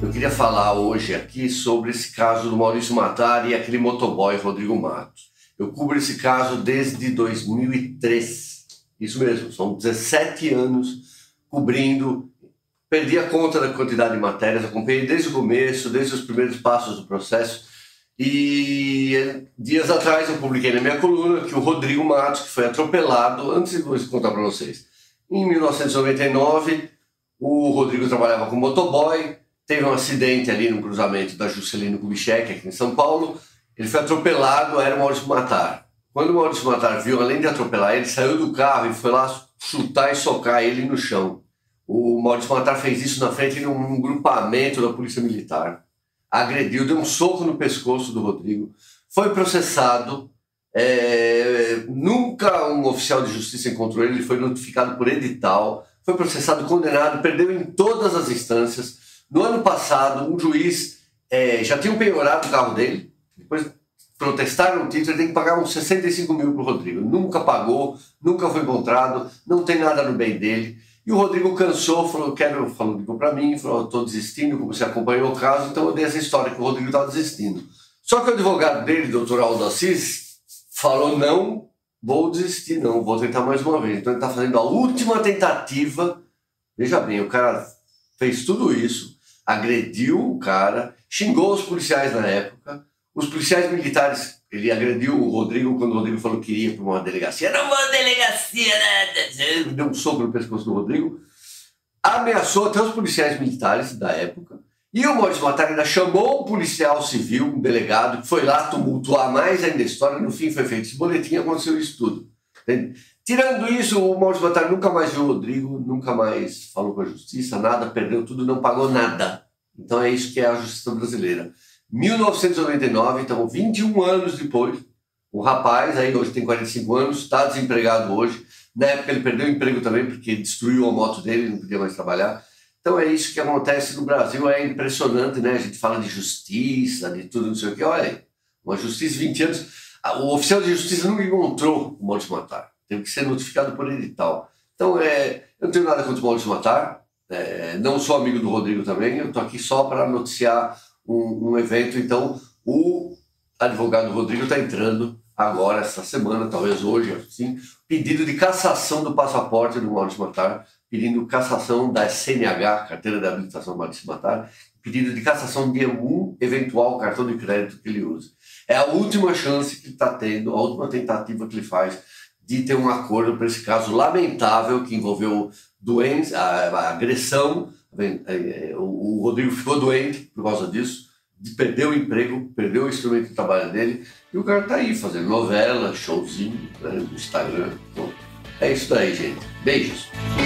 Eu queria falar hoje aqui sobre esse caso do Maurício Matar e aquele motoboy Rodrigo Matos. Eu cubro esse caso desde 2003. Isso mesmo, são 17 anos cobrindo. Perdi a conta da quantidade de matérias, acompanhei desde o começo, desde os primeiros passos do processo. E dias atrás eu publiquei na minha coluna que o Rodrigo Matos, que foi atropelado, antes de contar para vocês, em 1999, o Rodrigo trabalhava como motoboy, teve um acidente ali no cruzamento da Juscelino Kubitschek, aqui em São Paulo. Ele foi atropelado, era o Maurício Matar. Quando o Maurício Matar viu, além de atropelar ele, saiu do carro e foi lá chutar e socar ele no chão. O Maurício Matar fez isso na frente de um grupamento da Polícia Militar. Agrediu, deu um soco no pescoço do Rodrigo. Foi processado. Nunca um oficial de justiça encontrou ele. Ele foi notificado por edital. Foi processado, condenado, perdeu em todas as instâncias. No ano passado, um juiz já tinha penhorado o carro dele. Depois protestaram o título, ele tem que pagar uns 65 mil para o Rodrigo. Nunca pagou, nunca foi encontrado, não tem nada no bem dele. E o Rodrigo cansou, ligou para mim, falou, estou desistindo, como você acompanhou o caso, então eu dei essa história que o Rodrigo estava desistindo. Só que o advogado dele, doutor Aldo Assis, falou, não vou desistir, não, vou tentar mais uma vez. Então ele está fazendo a última tentativa. Veja bem, o cara fez tudo isso, agrediu o cara, xingou os policiais na época. Os policiais militares, ele agrediu o Rodrigo quando o Rodrigo falou que iria para uma delegacia. Não vou à delegacia, nada. Deu um soco no pescoço do Rodrigo. Ameaçou até os policiais militares da época. E o Maurício Matar ainda chamou um policial civil, um delegado, que foi lá tumultuar mais ainda a história. No fim foi feito esse boletim e aconteceu isso tudo. Entende? Tirando isso, o Maurício Matar nunca mais viu o Rodrigo, nunca mais falou com a justiça, nada, perdeu tudo, não pagou nada. Então é isso que é a justiça brasileira. 1999, então 21 anos depois, o rapaz, aí hoje tem 45 anos, está desempregado hoje. Na época ele perdeu o emprego também, porque destruiu a moto dele, não podia mais trabalhar. Então é isso que acontece no Brasil, é impressionante, né? A gente fala de justiça, de tudo, não sei o quê. Olha aí, uma justiça de 20 anos. O oficial de justiça nunca encontrou o Maurício Matar. Teve que ser notificado por edital. Então eu não tenho nada contra o Maurício Matar, não sou amigo do Rodrigo também, eu estou aqui só para noticiar um evento. Então o advogado Rodrigo está entrando agora, essa semana, talvez hoje, assim, pedido de cassação do passaporte do Maurício Matar, pedindo cassação da CNH, carteira de habilitação do Maurício Matar, pedido de cassação de um eventual cartão de crédito que ele usa. É a última chance que ele está tendo, a última tentativa que ele faz de ter um acordo para esse caso lamentável que envolveu doença, a agressão. O Rodrigo ficou doente por causa disso, perdeu o emprego, perdeu o instrumento de trabalho dele, e o cara tá aí fazendo novela, showzinho, né, no Instagram. Então, é isso daí, gente. Beijos.